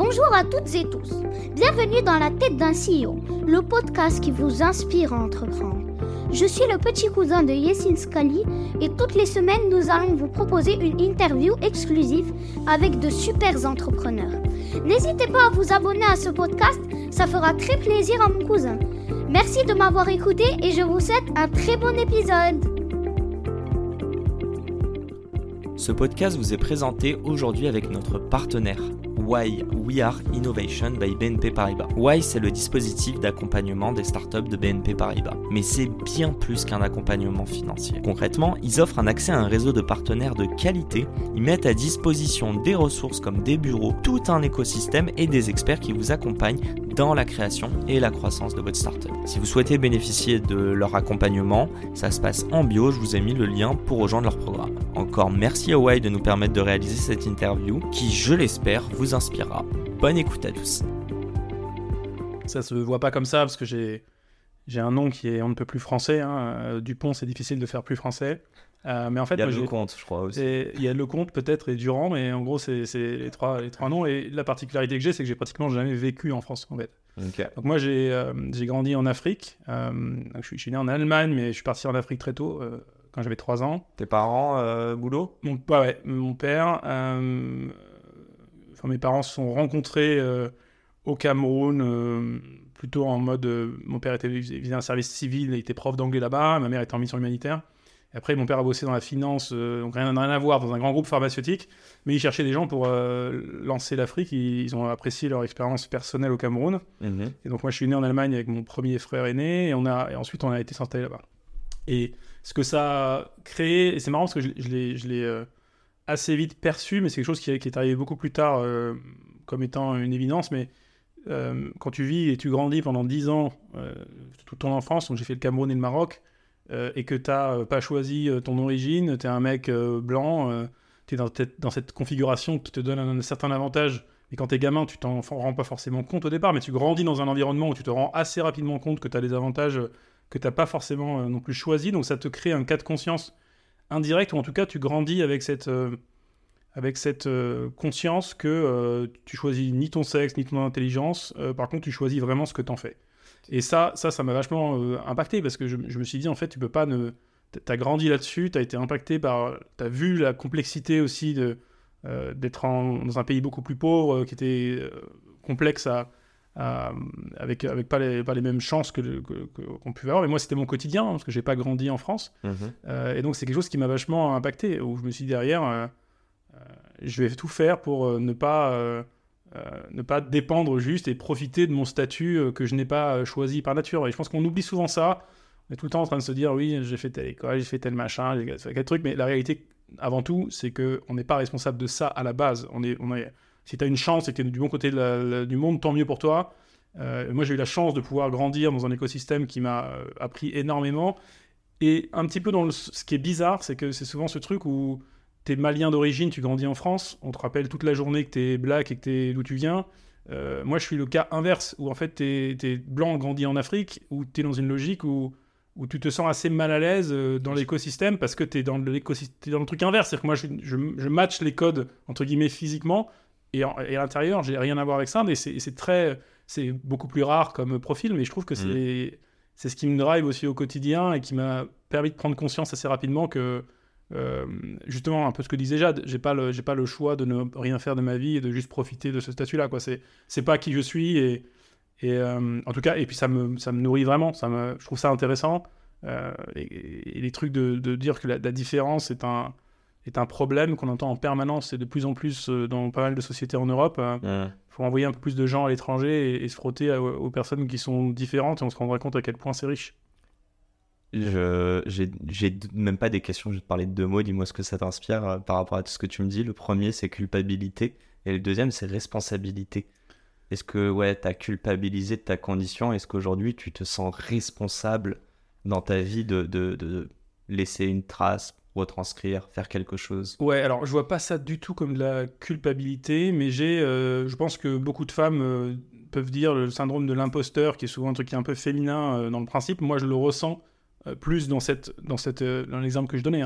Bonjour à toutes et tous. Bienvenue dans La tête d'un CEO, le podcast qui vous inspire à entreprendre. Je suis le petit cousin de Yassine Scali et toutes les semaines, nous allons vous proposer une interview exclusive avec de super entrepreneurs. N'hésitez pas à vous abonner à ce podcast, ça fera très plaisir à mon cousin. Merci de m'avoir écouté et je vous souhaite un très bon épisode. Ce podcast vous est présenté aujourd'hui avec notre partenaire Why, We Are Innovation by BNP Paribas. Why, c'est le dispositif d'accompagnement des startups de BNP Paribas. Mais c'est bien plus qu'un accompagnement financier. Concrètement, ils offrent un accès à un réseau de partenaires de qualité. Ils mettent à disposition des ressources comme des bureaux, tout un écosystème et des experts qui vous accompagnent dans la création et la croissance de votre startup. Si vous souhaitez bénéficier de leur accompagnement, ça se passe en bio, je vous ai mis le lien pour rejoindre leur programme. Encore merci à Why de nous permettre de réaliser cette interview qui, je l'espère, vous inspirera. Bonne écoute à tous. Ça se voit pas comme ça parce que j'ai un nom qui est on ne peut plus français. Dupont, c'est difficile de faire plus français. Mais en fait, il y a Lecomte, je crois aussi. Il y a Lecomte peut-être et Durand, mais en gros, c'est les trois noms. Et la particularité que j'ai, c'est que j'ai pratiquement jamais vécu en France, en fait. Okay. Donc moi, j'ai grandi en Afrique. Je suis né en Allemagne, mais je suis parti en Afrique très tôt, quand j'avais 3 ans. Tes parents, boulot ? Mon père. Mes parents se sont rencontrés au Cameroun, plutôt en mode... mon père faisait un service civil, il était prof d'anglais là-bas, ma mère était en mission humanitaire. Et après, mon père a bossé dans la finance, donc rien à voir, dans un grand groupe pharmaceutique, mais il cherchait des gens pour lancer l'Afrique. Ils ont apprécié leur expérience personnelle au Cameroun. Mm-hmm. Et donc moi, je suis né en Allemagne avec mon premier frère aîné, et ensuite on a été s'installer là-bas. Et ce que ça a créé, et c'est marrant parce que je l'ai assez vite perçu, mais c'est quelque chose qui est arrivé beaucoup plus tard comme étant une évidence, mais quand tu vis et tu grandis pendant 10 ans, toute ton enfance, donc j'ai fait le Cameroun et le Maroc, et que tu n'as pas choisi ton origine, tu es un mec blanc, tu es dans cette configuration qui te donne un certain avantage, et quand tu es gamin, tu t'en rends pas forcément compte au départ, mais tu grandis dans un environnement où tu te rends assez rapidement compte que tu as des avantages que tu n'as pas forcément non plus choisi, donc ça te crée un cas de conscience indirect, ou en tout cas tu grandis avec cette conscience que tu choisis ni ton sexe ni ton intelligence, par contre tu choisis vraiment ce que t'en fais. Et ça m'a vachement impacté, parce que je me suis dit en fait tu peux pas t'as grandi là-dessus, t'as été impacté t'as vu la complexité aussi d'être dans un pays beaucoup plus pauvre, qui était complexe avec pas les mêmes chances qu'on pouvait avoir. Mais moi, c'était mon quotidien, parce que j'ai pas grandi en France. Et donc, c'est quelque chose qui m'a vachement impacté, où je me suis dit derrière, je vais tout faire pour ne pas dépendre juste et profiter de mon statut que je n'ai pas choisi par nature. Et je pense qu'on oublie souvent ça. On est tout le temps en train de se dire, oui, j'ai fait telle école, j'ai fait tel machin, j'ai fait quel truc. Mais la réalité, avant tout, c'est qu'on n'est pas responsable de ça à la base. Si tu as une chance et que tu es du bon côté du monde, tant mieux pour toi. Moi, j'ai eu la chance de pouvoir grandir dans un écosystème qui m'a appris énormément. Et un petit peu ce qui est bizarre, c'est que c'est souvent ce truc où tu es malien d'origine, tu grandis en France, on te rappelle toute la journée que tu es black et que tu es d'où tu viens. Moi, je suis le cas inverse, où en fait, tu es blanc, grandi en Afrique, où tu es dans une logique où tu te sens assez mal à l'aise dans l'écosystème, parce que tu es dans le truc inverse. C'est-à-dire que moi, je match les codes, entre guillemets, physiquement, et à l'intérieur, j'ai rien à voir avec ça, mais c'est beaucoup plus rare comme profil, mais je trouve que c'est ce qui me drive aussi au quotidien et qui m'a permis de prendre conscience assez rapidement que, justement, un peu ce que disait Jade, j'ai pas le choix de ne rien faire de ma vie et de juste profiter de ce statut-là, quoi. C'est pas qui je suis, et en tout cas, et puis ça me nourrit vraiment, je trouve ça intéressant, et les trucs de dire que la différence est un problème qu'on entend en permanence, et de plus en plus dans pas mal de sociétés en Europe. Faut envoyer un peu plus de gens à l'étranger et se frotter aux personnes qui sont différentes, et on se rendra compte à quel point c'est riche. J'ai même pas des questions, je vais te parler de 2 mots, dis-moi ce que ça t'inspire par rapport à tout ce que tu me dis. Le premier, c'est culpabilité, et le deuxième, c'est responsabilité. Est-ce que t'as culpabilisé de ta condition? Est-ce qu'aujourd'hui, tu te sens responsable dans ta vie de laisser une trace, retranscrire, faire quelque chose? Ouais, alors je vois pas ça du tout comme de la culpabilité, mais je pense que beaucoup de femmes peuvent dire le syndrome de l'imposteur, qui est souvent un truc qui est un peu féminin dans le principe. Moi, je le ressens plus dans l'exemple que je donnais.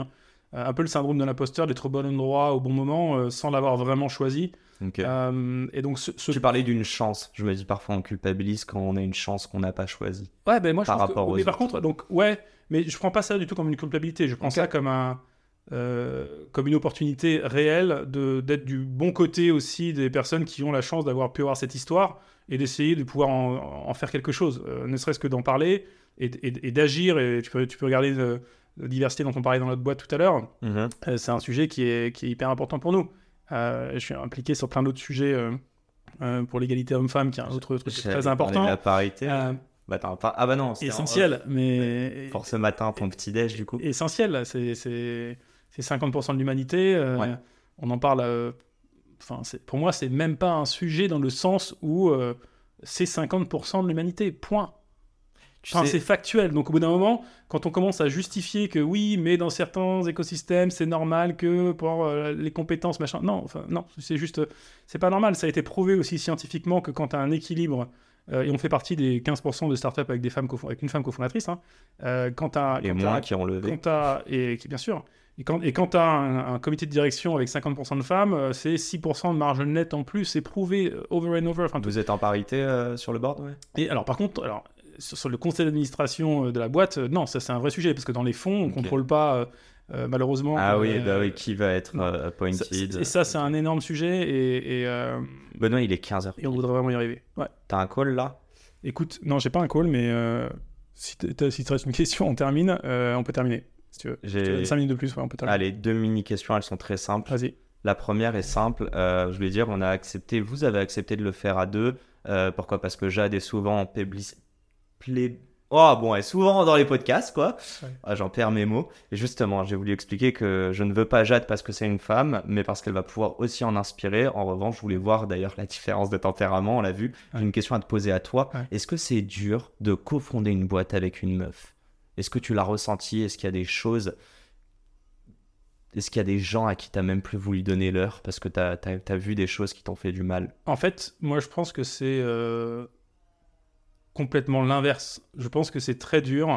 un peu le syndrome de l'imposteur, d'être au bon endroit au bon moment sans l'avoir vraiment choisi. Ok. Et donc Tu parlais d'une chance. Je me dis parfois on culpabilise quand on a une chance qu'on n'a pas choisie. Ouais, ben moi je Par pense rapport aux mais par autres. contre, donc ouais, mais je prends pas ça du tout comme une culpabilité. Je prends Ok. ça comme une opportunité réelle d'être du bon côté aussi des personnes qui ont la chance d'avoir pu avoir cette histoire et d'essayer de pouvoir en faire quelque chose, ne serait-ce que d'en parler et d'agir. Et tu peux regarder la diversité dont on parlait dans notre boîte tout à l'heure. Mhm. C'est un sujet qui est hyper important pour nous. Je suis impliqué sur plein d'autres sujets pour l'égalité homme-femme, qui est un autre truc J'allais très parler important. de la parité. Euh, Ah bah non, c'était essentiel, en mais off. Pour ce matin, ton petit-déj du coup. essentiel. C'est 50% de l'humanité. Ouais. On en parle. Pour moi, c'est même pas un sujet dans le sens où c'est 50% de l'humanité. Point. Tu Enfin, sais- c'est factuel. Donc, au bout d'un moment, quand on commence à justifier que oui, mais dans certains écosystèmes, c'est normal que pour les compétences, machin. Non, c'est juste. C'est pas normal. Ça a été prouvé aussi scientifiquement que quand tu as un équilibre, et on fait partie des 15% de startups avec, avec une femme cofondatrice, hein, quand tu as. Et moins qui ont levé. Bien sûr. Et quand tu as un comité de direction avec 50% de femmes, c'est 6% de marge nette en plus. C'est prouvé over and over. Enfin, Vous êtes en parité sur le board, ouais. et alors, par contre, sur le conseil d'administration de la boîte, non, ça c'est un vrai sujet, parce que dans les fonds, on ne Ok. contrôle pas, malheureusement. Ah oui, bah oui, qui va être non. appointed. Et ça, c'est un énorme sujet, Benoît, il est 15h. et on voudrait vraiment y arriver. Ouais. T'as un call là? Écoute, non, j'ai pas un call, mais si te reste une question, on termine. On peut terminer, si tu veux. Si tu veux 5 minutes de plus, ouais, on peut terminer. Allez, 2 mini-questions, elles sont très simples. Vas-y. La première est simple, je voulais dire, vous avez accepté de le faire à deux. Pourquoi? Parce que Jade est souvent est souvent dans les podcasts, quoi. Ouais. Ah, j'en perds mes mots. Et justement, j'ai voulu expliquer que je ne veux pas Jade parce que c'est une femme, mais parce qu'elle va pouvoir aussi en inspirer. En revanche, je voulais voir d'ailleurs la différence de tempérament, on l'a vu. J'ai Ouais. une question à te poser à toi. Ouais. Est-ce que c'est dur de cofonder une boîte avec une meuf? Est-ce que tu l'as ressenti? Est-ce qu'il y a des choses... Est-ce qu'il y a des gens à qui t'as même plus voulu donner l'heure parce que t'as vu des choses qui t'ont fait du mal? En fait, moi, je pense que c'est complètement l'inverse. Je pense que c'est très dur.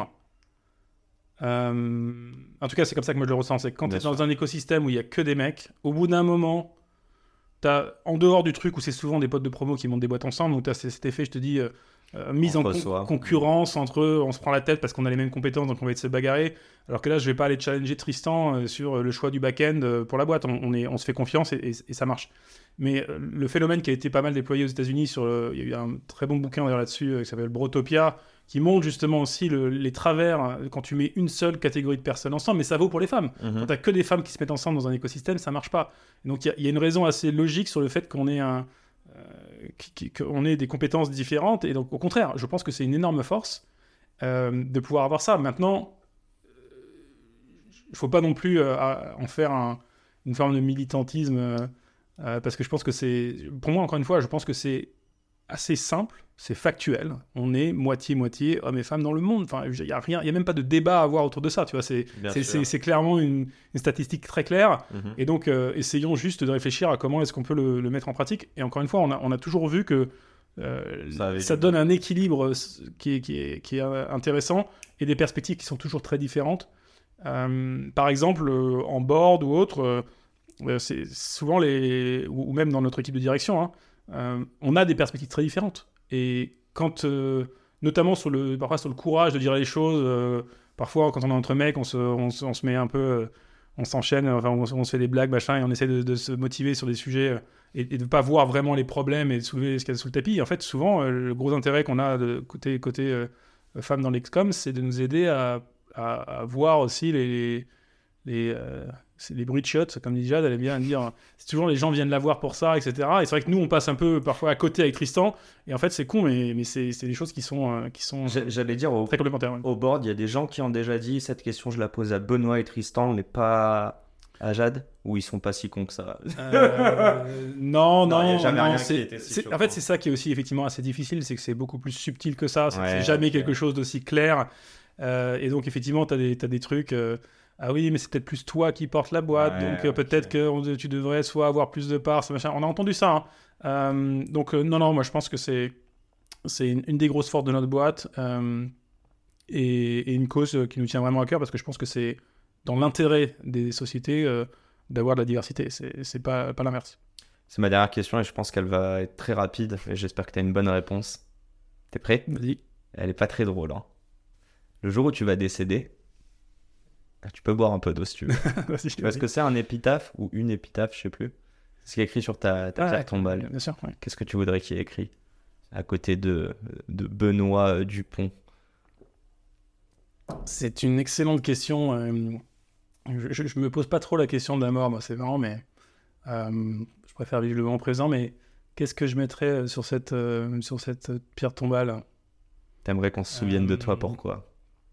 En tout cas, c'est comme ça que moi je le ressens. C'est que quand tu Bien es dans sûr. un écosystème où il y a que des mecs, au bout d'un moment, en dehors du truc où c'est souvent des potes de promo qui montent des boîtes ensemble, donc tu as cet effet, je te dis, mise Entre en soi. concurrence entre eux, on se prend la tête parce qu'on a les mêmes compétences, donc on va essayer de se bagarrer. Alors que là, je vais pas aller challenger Tristan sur le choix du back-end pour la boîte. On se fait confiance et ça marche. Mais le phénomène qui a été pas mal déployé aux États-Unis, il y a eu un très bon bouquin d'ailleurs là-dessus qui s'appelle Brotopia, qui montre justement aussi les travers quand tu mets une seule catégorie de personnes ensemble, mais ça vaut pour les femmes. Mhm. Quand tu n'as que des femmes qui se mettent ensemble dans un écosystème, ça marche pas. Et donc il y a une raison assez logique sur le fait qu'on ait qu'on ait des compétences différentes. Et donc au contraire, je pense que c'est une énorme force de pouvoir avoir ça. Maintenant, il ne faut pas non plus en faire une forme de militantisme, parce que je pense que pour moi, encore une fois, je pense que c'est assez simple, c'est factuel. On est moitié-moitié hommes et femmes dans le monde. Enfin, il n'y a même pas de débat à avoir autour de ça. Tu vois, Bien sûr. c'est clairement une statistique très claire. Mhm. Et donc, essayons juste de réfléchir à comment est-ce qu'on peut le mettre en pratique. Et encore une fois, on a toujours vu que ça donne un équilibre qui est intéressant et des perspectives qui sont toujours très différentes. Par exemple, en board ou autre, c'est souvent ou même dans notre équipe de direction, hein, on a des perspectives très différentes. Et quand, notamment parfois sur le courage de dire les choses, parfois quand on est entre mecs, on se met un peu, on s'enchaîne, enfin, on se fait des blagues, machin, et on essaie de se motiver sur des sujets et de ne pas voir vraiment les problèmes et de soulever ce qu'il y a sous le tapis. Et en fait, souvent, le gros intérêt qu'on a de côté femmes dans l'Excom, c'est de nous aider à voir aussi les bruits de chiottes, comme dit Jade, elle aime bien dire, c'est toujours les gens viennent la voir pour ça, etc. Et c'est vrai que nous, on passe un peu parfois à côté avec Tristan, et en fait, c'est con, mais c'est des choses qui sont J'allais dire, très complémentaires. Ouais. au board, il y a des gens qui ont déjà dit cette question, je la pose à Benoît et Tristan, mais pas à Jade, ou ils sont pas si cons que ça. Non, Non, y a jamais rien qui c'est, était si c'est- choquant. en fait, c'est ça qui est aussi effectivement assez difficile, c'est que c'est beaucoup plus subtil que ça, Ouais, c'est jamais ok. quelque chose d'aussi clair. Et donc, effectivement, t'as des trucs. Ah oui, mais c'est peut-être plus toi qui portes la boîte, Ouais, donc ok. peut-être que tu devrais soit avoir plus de parts, ce machin. On a entendu ça. Hein. Donc, non, moi je pense que c'est une des grosses forces de notre boîte et une cause qui nous tient vraiment à cœur parce que je pense que c'est dans l'intérêt des sociétés d'avoir de la diversité. C'est pas l'inverse. C'est ma dernière question et je pense qu'elle va être très rapide et j'espère que tu as une bonne réponse. T'es prêt ? Vas-y. Elle est pas très drôle. Hein. Le jour où tu vas décéder, tu peux boire un peu d'eau si tu veux. Vas-y, Tu vois ce que c'est un épitaphe ou une épitaphe, je sais plus. C'est ce qui est écrit sur ta pierre tombale. Bien sûr, ouais. Qu'est-ce que tu voudrais qu'il y ait écrit à côté de Benoît Dupont ? C'est une excellente question. Je me pose pas trop la question de la mort, moi, c'est marrant, mais je préfère vivre le moment présent. Mais qu'est-ce que je mettrais sur cette pierre tombale ? T'aimerais qu'on se souvienne de toi, pourquoi ?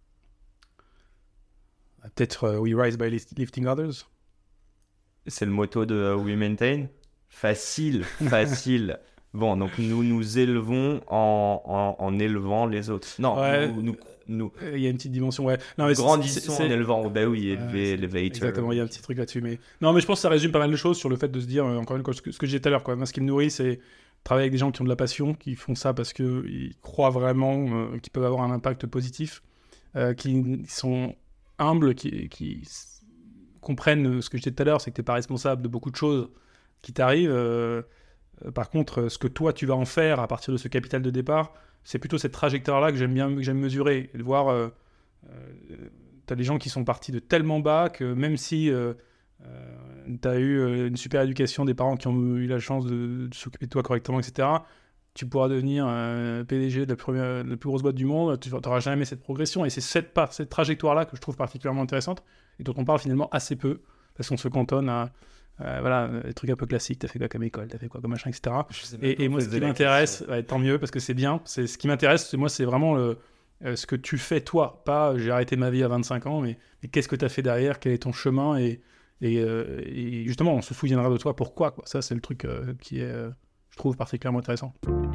Peut-être We rise by lifting others. C'est le motto de We Maintain ? Facile. Bon, donc nous élevons en élevant les autres. Non, ouais. nous Il y a une petite dimension, ouais. Non, mais grandissons en élevant. Ben oui, elevator. Exactement, il y a un petit truc là-dessus. Mais... Non, mais je pense que ça résume pas mal de choses sur le fait de se dire, encore une fois, ce que je disais tout à l'heure, quoi. Moi, ce qui me nourrit, c'est travailler avec des gens qui ont de la passion, qui font ça parce qu'ils croient vraiment qu'ils peuvent avoir un impact positif, qui sont humbles, qui comprennent ce que je disais tout à l'heure, c'est que tu n'es pas responsable de beaucoup de choses qui t'arrivent. Par contre, ce que toi, tu vas en faire à partir de ce capital de départ, c'est plutôt cette trajectoire-là que j'aime mesurer. Et de voir, tu as des gens qui sont partis de tellement bas que même si tu as eu une super éducation, des parents qui ont eu la chance de s'occuper de toi correctement, etc., tu pourras devenir PDG de la plus grosse boîte du monde, tu n'auras jamais cette progression. Et c'est cette trajectoire-là que je trouve particulièrement intéressante et dont on parle finalement assez peu, parce qu'on se cantonne à les trucs un peu classiques, t'as fait quoi comme école, t'as fait quoi comme machin, etc. Et moi, ce qui m'intéresse, tant mieux, parce que c'est bien, ce qui m'intéresse, moi, c'est vraiment ce que tu fais toi, pas j'ai arrêté ma vie à 25 ans, mais qu'est-ce que t'as fait derrière, quel est ton chemin, et justement, on se souviendra de toi, pourquoi, quoi. Ça, c'est le truc qui est, je trouve, particulièrement intéressant.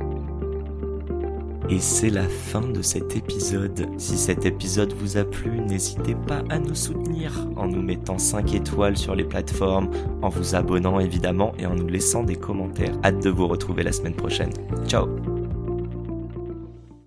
Et c'est la fin de cet épisode. Si cet épisode vous a plu, n'hésitez pas à nous soutenir en nous mettant 5 étoiles sur les plateformes, en vous abonnant évidemment et en nous laissant des commentaires. Hâte de vous retrouver la semaine prochaine. Ciao!